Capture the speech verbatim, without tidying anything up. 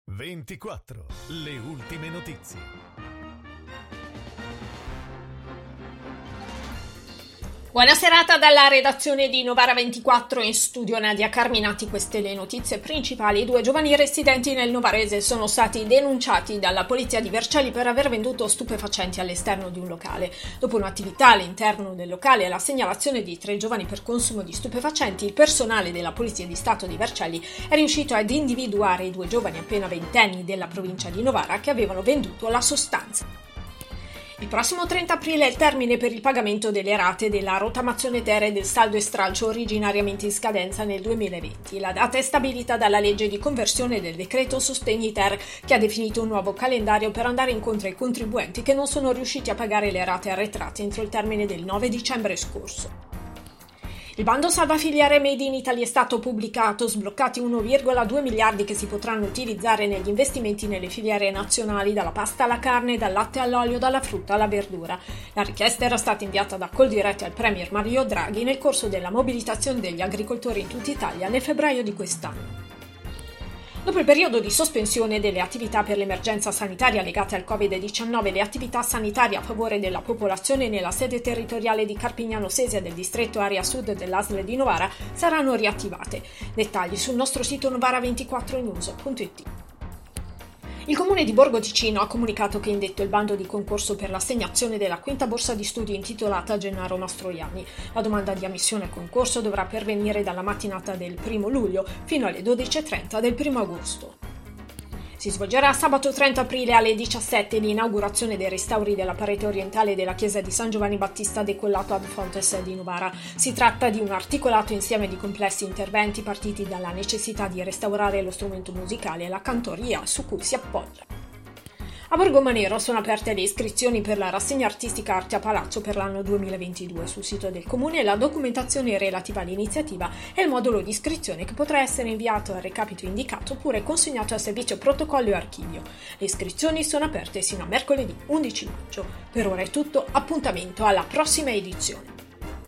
ventiquattro. Le ultime notizie. Buona serata dalla redazione di Novara ventiquattro, in studio Nadia Carminati. Queste le notizie principali. Due giovani residenti nel Novarese sono stati denunciati dalla polizia di Vercelli per aver venduto stupefacenti all'esterno di un locale. Dopo un'attività all'interno del locale e la segnalazione di tre giovani per consumo di stupefacenti, il personale della Polizia di Stato di Vercelli è riuscito ad individuare i due giovani appena ventenni della provincia di Novara che avevano venduto la sostanza. Il prossimo trenta aprile è il termine per il pagamento delle rate della rottamazione ter e del saldo e stralcio originariamente in scadenza nel duemilaventi. La data è stabilita dalla legge di conversione del decreto Sostegni ter, che ha definito un nuovo calendario per andare incontro ai contribuenti che non sono riusciti a pagare le rate arretrate entro il termine del nove dicembre scorso. Il bando salva filiere Made in Italy è stato pubblicato, sbloccati uno virgola due miliardi che si potranno utilizzare negli investimenti nelle filiere nazionali, dalla pasta alla carne, dal latte all'olio, dalla frutta alla verdura. La richiesta era stata inviata da Coldiretti al Premier Mario Draghi nel corso della mobilitazione degli agricoltori in tutta Italia nel febbraio di quest'anno. Dopo il periodo di sospensione delle attività per l'emergenza sanitaria legate al covid diciannove, le attività sanitarie a favore della popolazione nella sede territoriale di Carpignano Sesia del distretto area sud dell'A S L di Novara saranno riattivate. Dettagli sul nostro sito novara ventiquattro news punto it. Il comune di Borgo Ticino ha comunicato che è indetto il bando di concorso per l'assegnazione della quinta borsa di studio intitolata Gennaro Mastroianni. La domanda di ammissione al concorso dovrà pervenire dalla mattinata del primo luglio fino alle dodici e trenta del primo agosto. Si svolgerà sabato trenta aprile alle diciassette l'inaugurazione dei restauri della parete orientale della chiesa di San Giovanni Battista decollato ad Fontes di Novara. Si tratta di un articolato insieme di complessi interventi partiti dalla necessità di restaurare lo strumento musicale e la cantoria su cui si appoggia. A Borgomanero sono aperte le iscrizioni per la rassegna artistica Arte a Palazzo per l'anno duemilaventidue. Sul sito del comune la documentazione relativa all'iniziativa e il modulo di iscrizione che potrà essere inviato al recapito indicato oppure consegnato al servizio protocollo e archivio. Le iscrizioni sono aperte sino a mercoledì undici maggio. Per ora è tutto, appuntamento alla prossima edizione.